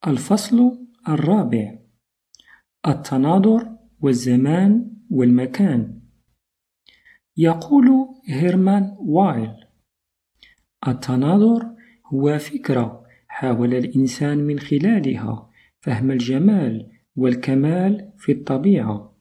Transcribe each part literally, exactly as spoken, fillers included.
الفصل الرابع: التناظر والزمان والمكان. يقول هيرمان وايل: التناظر هو فكرة حاول الإنسان من خلالها فهم الجمال والكمال في الطبيعة.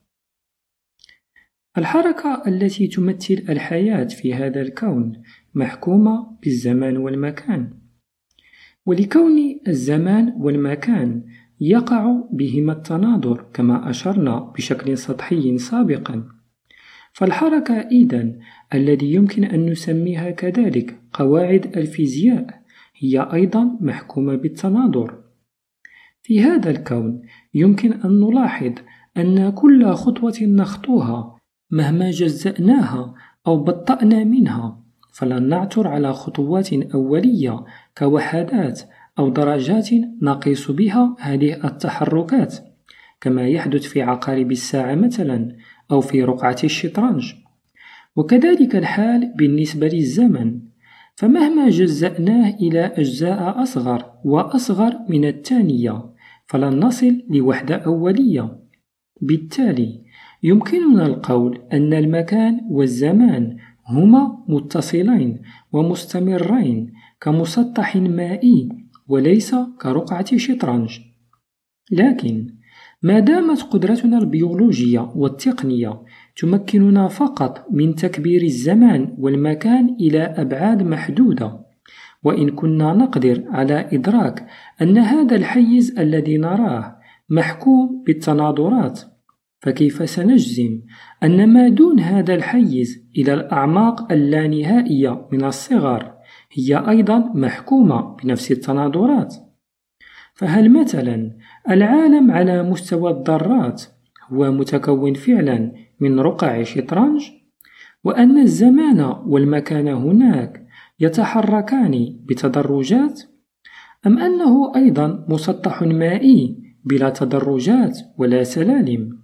الحركة التي تمثل الحياة في هذا الكون محكومة بالزمان والمكان، ولكون الزمان والمكان يقع بهما التناظر كما أشرنا بشكل سطحي سابقا، فالحركة إذن الذي يمكن أن نسميها كذلك قواعد الفيزياء هي أيضا محكومة بالتناظر. في هذا الكون يمكن أن نلاحظ أن كل خطوة نخطوها مهما جزأناها أو بطأنا منها فلن نعثر على خطوات أولية كوحدات أو درجات نقيس بها هذه التحركات، كما يحدث في عقارب الساعة مثلا أو في رقعة الشطرنج. وكذلك الحال بالنسبة للزمن، فمهما جزأناه إلى أجزاء أصغر وأصغر من الثانية فلن نصل لوحدة أولية. بالتالي يمكننا القول أن المكان والزمان هما متصلين ومستمرين كمسطح مائي وليس كرقعة شطرنج. لكن ما دامت قدرتنا البيولوجية والتقنية تمكننا فقط من تكبير الزمان والمكان إلى أبعاد محدودة، وإن كنا نقدر على إدراك أن هذا الحيز الذي نراه محكوم بالتناظرات، فكيف سنجزم أن ما دون هذا الحيز إلى الأعماق اللانهائية من الصغر هي أيضا محكومة بنفس التناظرات؟ فهل مثلا العالم على مستوى الذرات هو متكون فعلا من رقع شطرنج، وأن الزمان والمكان هناك يتحركان بتدرجات، أم أنه أيضا مسطح مائي بلا تدرجات ولا سلالم؟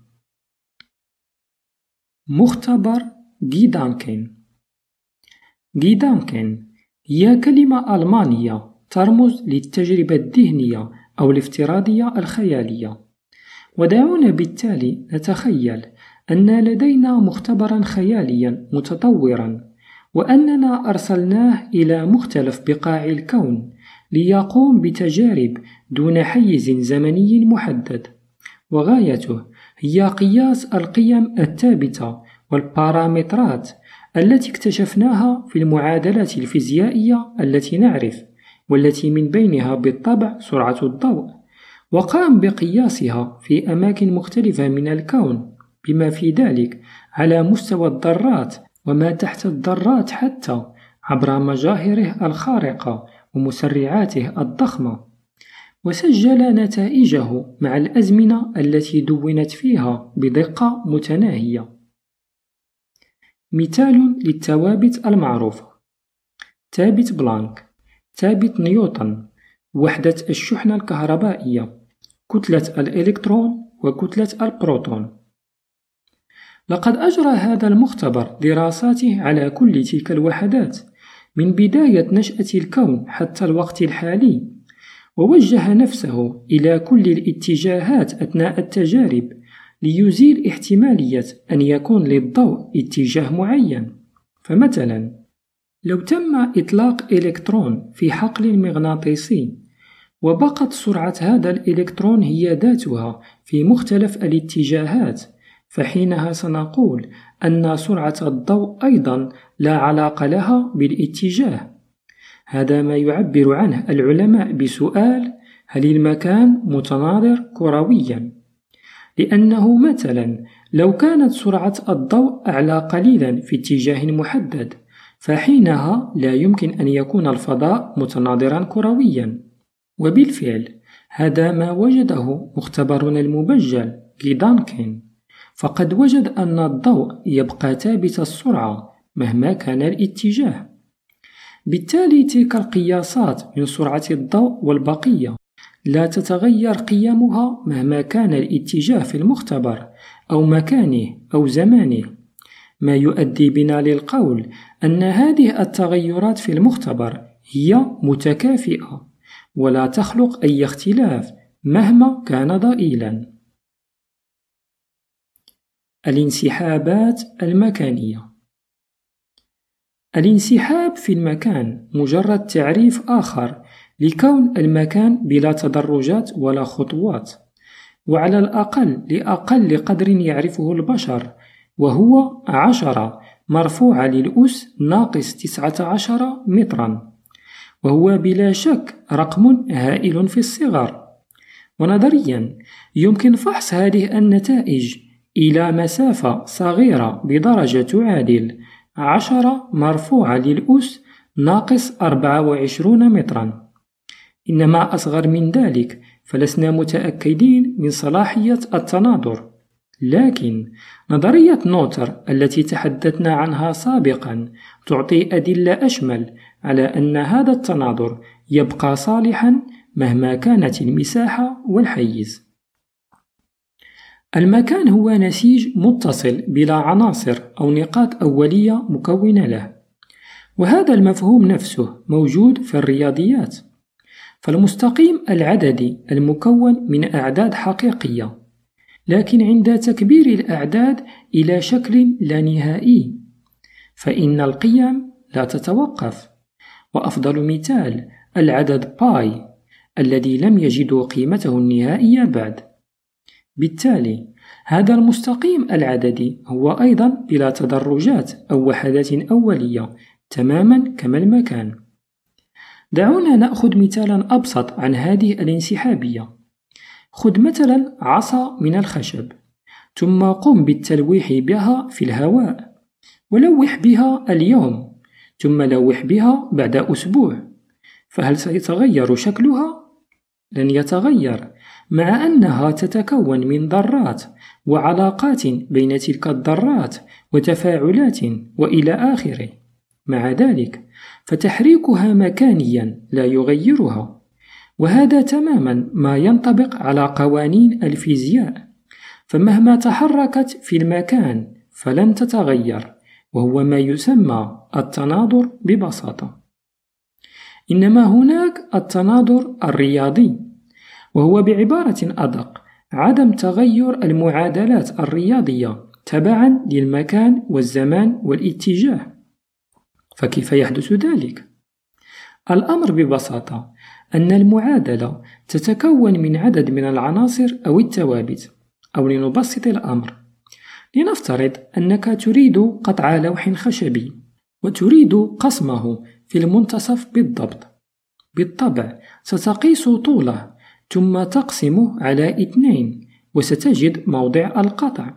مختبر جيدانكن. جيدانكن هي كلمة ألمانية ترمز للتجربة الذهنية أو الافتراضية الخيالية، ودعونا بالتالي نتخيل أن لدينا مختبرا خياليا متطورا، وأننا أرسلناه إلى مختلف بقاع الكون ليقوم بتجارب دون حيز زمني محدد، وغايته هي قياس القيم الثابتة والبارامترات التي اكتشفناها في المعادلات الفيزيائية التي نعرف، والتي من بينها بالطبع سرعة الضوء، وقام بقياسها في أماكن مختلفة من الكون بما في ذلك على مستوى الذرات وما تحت الذرات حتى عبر مجاهره الخارقة ومسرعاته الضخمة، وسجل نتائجه مع الأزمنة التي دونت فيها بدقة متناهية. مثال للثوابت المعروفة: ثابت بلانك، ثابت نيوتن، وحدة الشحنة الكهربائية، كتلة الإلكترون وكتلة البروتون. لقد أجرى هذا المختبر دراساته على كل تلك الوحدات من بداية نشأة الكون حتى الوقت الحالي، ووجه نفسه إلى كل الاتجاهات أثناء التجارب ليزيل احتمالية أن يكون للضوء اتجاه معين. فمثلا لو تم إطلاق إلكترون في حقل مغناطيسي وبقت سرعة هذا الإلكترون هي ذاتها في مختلف الاتجاهات، فحينها سنقول أن سرعة الضوء أيضا لا علاقة لها بالاتجاه. هذا ما يعبر عنه العلماء بسؤال: هل المكان متناظر كرويا؟ لأنه مثلا لو كانت سرعة الضوء أعلى قليلا في اتجاه محدد فحينها لا يمكن أن يكون الفضاء متناظرا كرويا. وبالفعل هذا ما وجده مختبرنا المبجل جيدانكن، فقد وجد أن الضوء يبقى ثابت السرعة مهما كان الاتجاه. بالتالي تلك القياسات من سرعة الضوء والبقية لا تتغير قيمها مهما كان الاتجاه في المختبر أو مكانه أو زمانه، ما يؤدي بنا للقول أن هذه التغيرات في المختبر هي متكافئة ولا تخلق أي اختلاف مهما كان ضئيلا. الانسحابات المكانية. الانسحاب في المكان مجرد تعريف آخر لكون المكان بلا تدرجات ولا خطوات، وعلى الأقل لأقل قدر يعرفه البشر، وهو عشرة مرفوعة للأس ناقص تسعة عشر مترا، وهو بلا شك رقم هائل في الصغر. ونظريا يمكن فحص هذه النتائج إلى مسافة صغيرة بدرجة تعادل عشرة مرفوعة للأس ناقص أربعة وعشرين مترا. إنما أصغر من ذلك فلسنا متأكدين من صلاحية التناظر، لكن نظرية نوتر التي تحدثنا عنها سابقا تعطي أدلة أشمل على أن هذا التناظر يبقى صالحا مهما كانت المساحة والحيز. المكان هو نسيج متصل بلا عناصر أو نقاط أولية مكونة له، وهذا المفهوم نفسه موجود في الرياضيات. فالمستقيم العددي المكون من أعداد حقيقية، لكن عند تكبير الأعداد إلى شكل لا نهائي فإن القيم لا تتوقف. وأفضل مثال العدد باي الذي لم يجدوا قيمته النهائية بعد. بالتالي هذا المستقيم العددي هو أيضا بلا تدرجات أو وحدات أولية تماما كما المكان. دعونا نأخذ مثالا أبسط عن هذه الانسحابية. خذ مثلا عصا من الخشب، ثم قم بالتلويح بها في الهواء، ولوح بها اليوم، ثم لوح بها بعد أسبوع، فهل سيتغير شكلها؟ لن يتغير، مع أنها تتكون من ذرات وعلاقات بين تلك الذرات وتفاعلات وإلى آخره. مع ذلك فتحريكها مكانيا لا يغيرها، وهذا تماما ما ينطبق على قوانين الفيزياء، فمهما تحركت في المكان فلن تتغير، وهو ما يسمى التناظر ببساطة. إنما هناك التناظر الرياضي، وهو بعبارة أدق عدم تغير المعادلات الرياضية تبعا للمكان والزمان والاتجاه. فكيف يحدث ذلك؟ الأمر ببساطة أن المعادلة تتكون من عدد من العناصر أو الثوابت. أو لنبسط الأمر، لنفترض أنك تريد قطع لوح خشبي وتريد قسمه في المنتصف بالضبط. بالطبع ستقيس طوله ثم تقسمه على اثنين وستجد موضع القطع.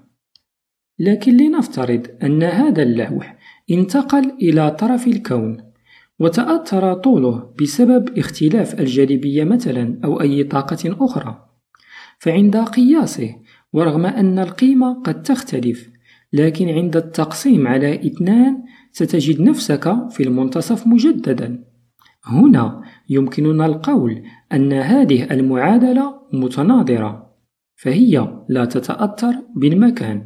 لكن لنفترض أن هذا اللوح انتقل إلى طرف الكون وتأثر طوله بسبب اختلاف الجاذبية مثلا أو أي طاقة أخرى، فعند قياسه ورغم أن القيمة قد تختلف، لكن عند التقسيم على اثنان ستجد نفسك في المنتصف مجددا. هنا يمكننا القول أن هذه المعادلة متناظرة، فهي لا تتأثر بالمكان.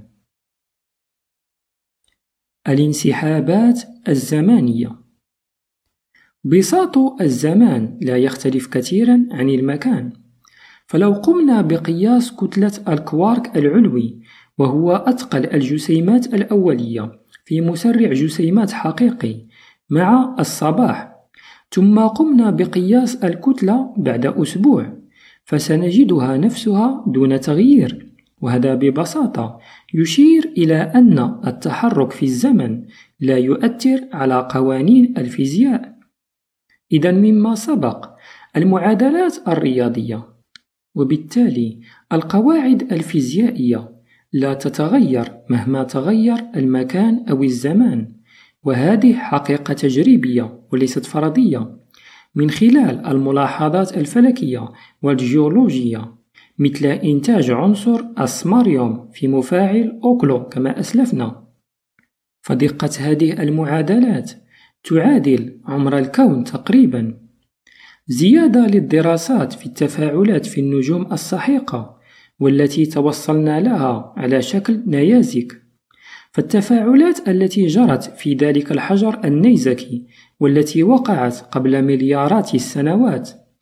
الانسحابات الزمانية. بساط الزمان لا يختلف كثيرا عن المكان، فلو قمنا بقياس كتلة الكوارك العلوي، وهو أثقل الجسيمات الأولية في مسرع جسيمات حقيقي، مع الصباح، ثم قمنا بقياس الكتلة بعد أسبوع، فسنجدها نفسها دون تغيير. وهذا ببساطة يشير إلى أن التحرك في الزمن لا يؤثر على قوانين الفيزياء. إذن مما سبق المعادلات الرياضية وبالتالي القواعد الفيزيائية لا تتغير مهما تغير المكان أو الزمان، وهذه حقيقة تجريبية وليست فرضية من خلال الملاحظات الفلكية والجيولوجية، مثل إنتاج عنصر السماريوم في مفاعل أوكلو كما أسلفنا. فدقة هذه المعادلات تعادل عمر الكون تقريبا. زيادة للدراسات في التفاعلات في النجوم السحيقة والتي توصلنا لها على شكل نيازك، فالتفاعلات التي جرت في ذلك الحجر النيزكي والتي وقعت قبل مليارات السنوات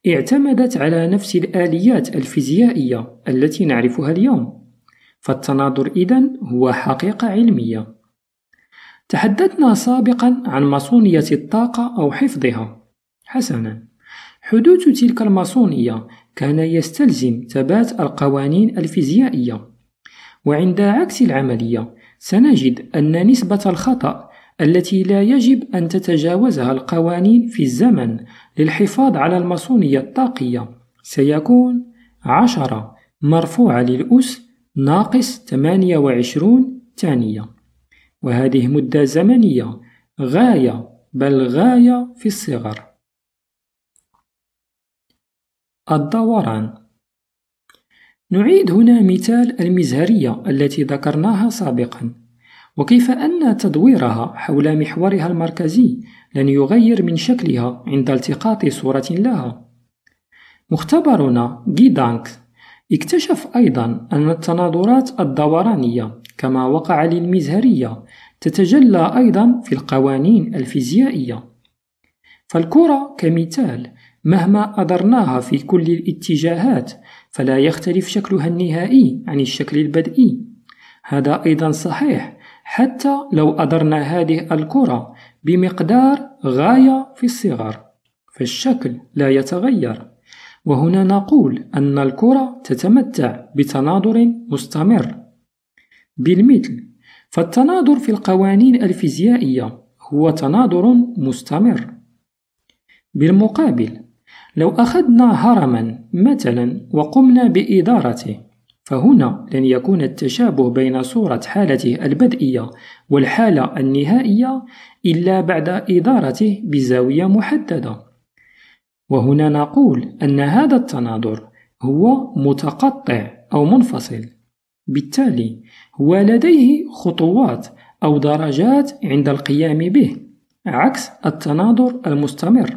اعتمدت على نفس الآليات الفيزيائية التي نعرفها اليوم، فالتناظر إذن هو حقيقة علمية. تحدثنا سابقا عن ماسونية الطاقة أو حفظها. حسنا، حدوث تلك الماسونية كان يستلزم ثبات القوانين الفيزيائية، وعند عكس العملية سنجد أن نسبة الخطأ التي لا يجب أن تتجاوزها القوانين في الزمن للحفاظ على الماسونية الطاقية سيكون عشرة مرفوعة للأس ناقص ثمانية وعشرون ثانية، وهذه مدة زمنية غاية بل غاية في الصغر. الدوران. نعيد هنا مثال المزهرية التي ذكرناها سابقا، وكيف أن تدويرها حول محورها المركزي لن يغير من شكلها عند التقاط صورة لها. مختبرنا جيدانكس اكتشف أيضا أن التناظرات الدورانية كما وقع للمزهرية تتجلى أيضا في القوانين الفيزيائية. فالكرة كمثال مهما أدرناها في كل الاتجاهات فلا يختلف شكلها النهائي عن الشكل البدئي. هذا أيضا صحيح حتى لو أدرنا هذه الكرة بمقدار غاية في الصغر، فالشكل لا يتغير. وهنا نقول أن الكرة تتمتع بتناظر مستمر. بالمثل، فالتناظر في القوانين الفيزيائية هو تناظر مستمر. بالمقابل، لو أخذنا هرما مثلا وقمنا بإدارته، فهنا لن يكون التشابه بين صورة حالته البدئية والحالة النهائية إلا بعد إدارته بزاوية محددة. وهنا نقول أن هذا التناظر هو متقطع أو منفصل، بالتالي هو لديه خطوات أو درجات عند القيام به، عكس التناظر المستمر.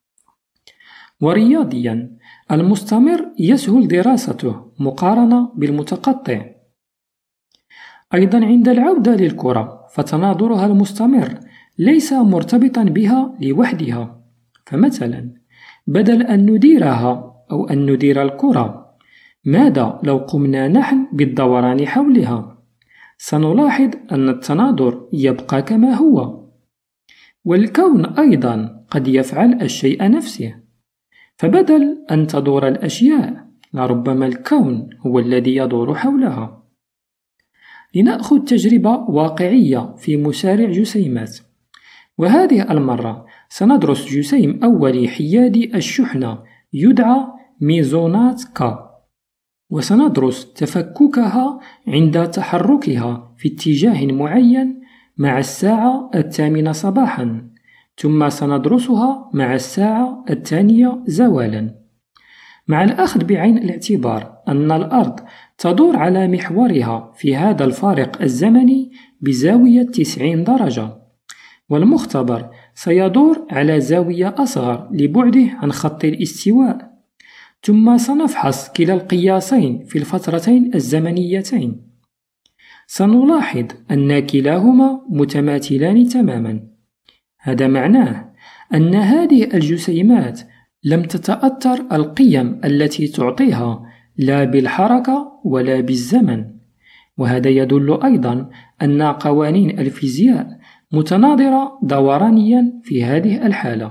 ورياضيا، المستمر يسهل دراسته مقارنة بالمتقطع. أيضا عند العودة للكرة، فتناظرها المستمر ليس مرتبطا بها لوحدها. فمثلا، بدل أن نديرها أو أن ندير الكرة، ماذا لو قمنا نحن بالدوران حولها؟ سنلاحظ أن التناظر يبقى كما هو. والكون أيضا قد يفعل الشيء نفسه، فبدل أن تدور الأشياء لربما الكون هو الذي يدور حولها. لنأخذ تجربة واقعية في مسارع جسيمات، وهذه المرة سندرس جسيم أولي حيادي الشحنة يدعى ميزونات كا، وسندرس تفككها عند تحركها في اتجاه معين مع الساعة الثامنة صباحا، ثم سندرسها مع الساعة الثانية زوالا، مع الأخذ بعين الاعتبار أن الأرض تدور على محورها في هذا الفارق الزمني بزاوية تسعين درجة، والمختبر سيدور على زاوية أصغر لبعده عن خط الاستواء. ثم سنفحص كلا القياسين في الفترتين الزمنيتين. سنلاحظ أن كلاهما متماثلان تماما. هذا معناه أن هذه الجسيمات لم تتأثر القيم التي تعطيها لا بالحركة ولا بالزمن، وهذا يدل أيضا أن قوانين الفيزياء متناظرة دورانيا في هذه الحالة.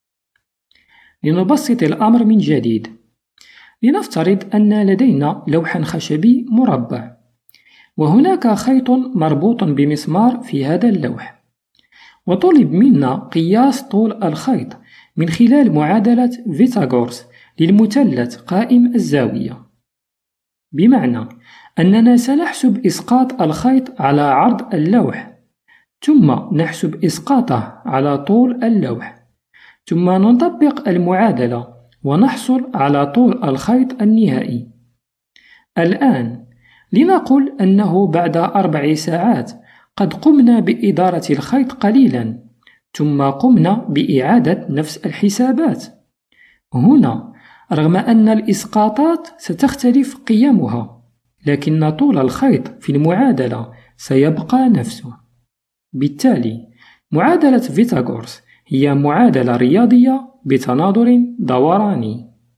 لنبسط الأمر من جديد، لنفترض أن لدينا لوحا خشبي مربع، وهناك خيط مربوط بمسمار في هذا اللوح، وطلب منا قياس طول الخيط من خلال معادلة فيثاغورس للمثلث قائم الزاوية، بمعنى أننا سنحسب إسقاط الخيط على عرض اللوح، ثم نحسب إسقاطه على طول اللوح، ثم نطبق المعادلة ونحصل على طول الخيط النهائي. الآن لنقل أنه بعد أربع ساعات قد قمنا بإدارة الخيط قليلا، ثم قمنا بإعادة نفس الحسابات. هنا رغم أن الإسقاطات ستختلف قيمها، لكن طول الخيط في المعادلة سيبقى نفسه. بالتالي معادلة فيثاغورس هي معادلة رياضية بتناظر دوراني.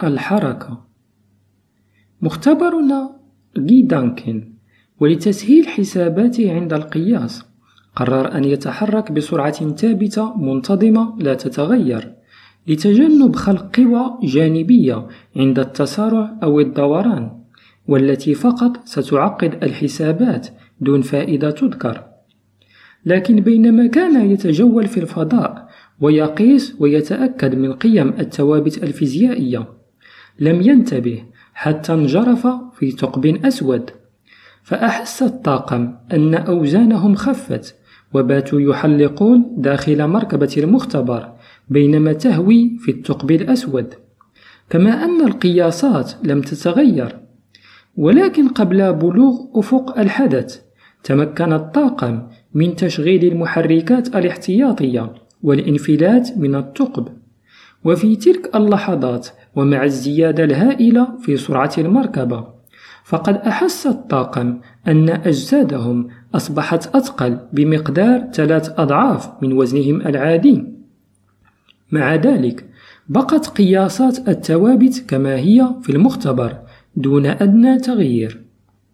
الحركة. مختبرنا غي دانكن ولتسهيل حساباته عند القياس قرر أن يتحرك بسرعة ثابتة منتظمة لا تتغير لتجنب خلق قوى جانبية عند التسارع أو الدوران، والتي فقط ستعقد الحسابات دون فائدة تذكر. لكن بينما كان يتجول في الفضاء ويقيس ويتأكد من قيم الثوابت الفيزيائية، لم ينتبه حتى انجرف في ثقب أسود، فأحس الطاقم أن أوزانهم خفت وباتوا يحلقون داخل مركبة المختبر بينما تهوي في الثقب الأسود، كما أن القياسات لم تتغير. ولكن قبل بلوغ أفق الحدث تمكن الطاقم من تشغيل المحركات الاحتياطية والانفلات من الثقب. وفي تلك اللحظات ومع الزيادة الهائلة في سرعة المركبة، فقد أحس الطاقم أن أجسادهم أصبحت أثقل بمقدار ثلاث أضعاف من وزنهم العادي. مع ذلك بقت قياسات الثوابت كما هي في المختبر دون أدنى تغيير.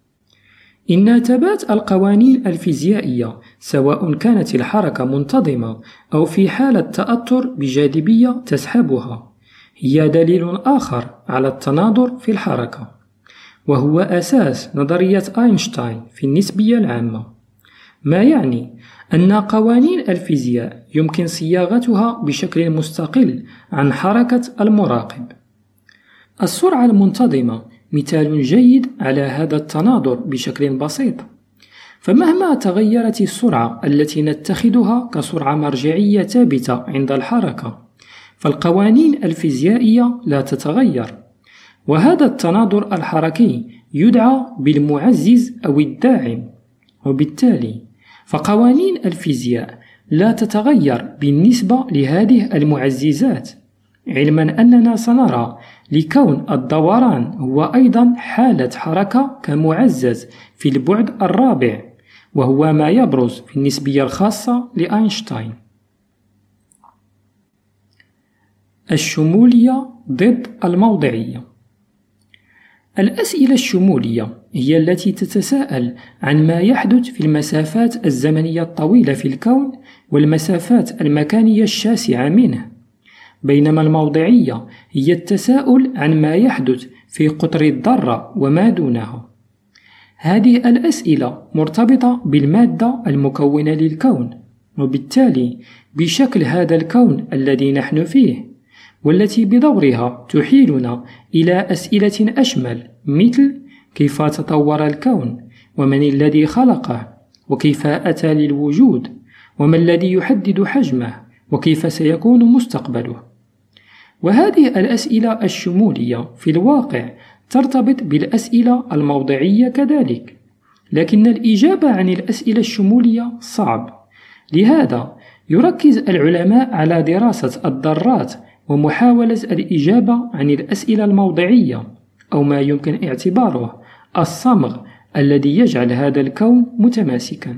إن ثبات القوانين الفيزيائية سواء كانت الحركة منتظمة أو في حالة تأثر بجاذبية تسحبها هي دليل آخر على التناظر في الحركة، وهو أساس نظرية أينشتاين في النسبية العامة، ما يعني أن قوانين الفيزياء يمكن صياغتها بشكل مستقل عن حركة المراقب. السرعة المنتظمة مثال جيد على هذا التناظر بشكل بسيط، فمهما تغيرت السرعة التي نتخذها كسرعة مرجعية ثابتة عند الحركة، فالقوانين الفيزيائية لا تتغير، وهذا التناظر الحركي يدعى بالمعزز أو الداعم. وبالتالي فقوانين الفيزياء لا تتغير بالنسبة لهذه المعززات، علما أننا سنرى لكون الدوران هو أيضا حالة حركة كمعزز في البعد الرابع، وهو ما يبرز في النسبية الخاصة لأينشتاين. الشمولية ضد الموضعية. الأسئلة الشمولية هي التي تتساءل عن ما يحدث في المسافات الزمنية الطويلة في الكون والمسافات المكانية الشاسعة منه، بينما الموضعية هي التساؤل عن ما يحدث في قطر الذرة وما دونها. هذه الأسئلة مرتبطة بالمادة المكونة للكون، وبالتالي بشكل هذا الكون الذي نحن فيه، والتي بدورها تحيلنا إلى أسئلة أشمل مثل كيف تطور الكون، ومن الذي خلقه، وكيف أتى للوجود، وما الذي يحدد حجمه، وكيف سيكون مستقبله. وهذه الأسئلة الشمولية في الواقع ترتبط بالأسئلة الموضعية كذلك، لكن الإجابة عن الأسئلة الشمولية صعب. لهذا يركز العلماء على دراسة الذرات ومحاولة الإجابة عن الأسئلة الموضعية، أو ما يمكن اعتباره الصمغ الذي يجعل هذا الكون متماسكا.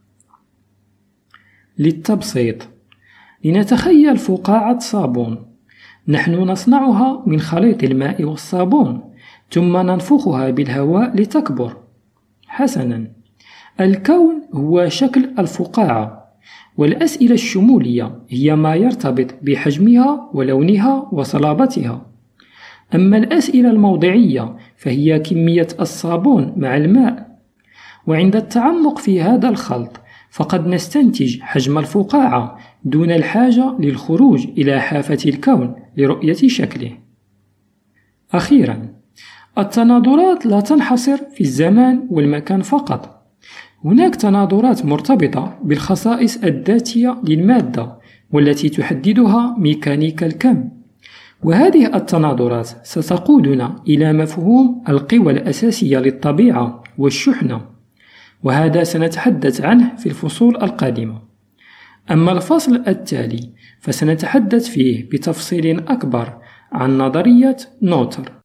للتبسيط، لنتخيل فقاعة صابون، نحن نصنعها من خليط الماء والصابون ثم ننفخها بالهواء لتكبر. حسنا، الكون هو شكل الفقاعة، والأسئلة الشمولية هي ما يرتبط بحجمها ولونها وصلابتها. أما الأسئلة الموضعية فهي كمية الصابون مع الماء، وعند التعمق في هذا الخلط فقد نستنتج حجم الفقاعة دون الحاجة للخروج إلى حافة الكون لرؤية شكله. أخيرا، التناظرات لا تنحصر في الزمان والمكان فقط، هناك تناظرات مرتبطة بالخصائص الذاتية للمادة والتي تحددها ميكانيكا الكم، وهذه التناظرات ستقودنا إلى مفهوم القوى الأساسية للطبيعة والشحنة، وهذا سنتحدث عنه في الفصول القادمة. أما الفصل التالي فسنتحدث فيه بتفصيل أكبر عن نظرية نوتر.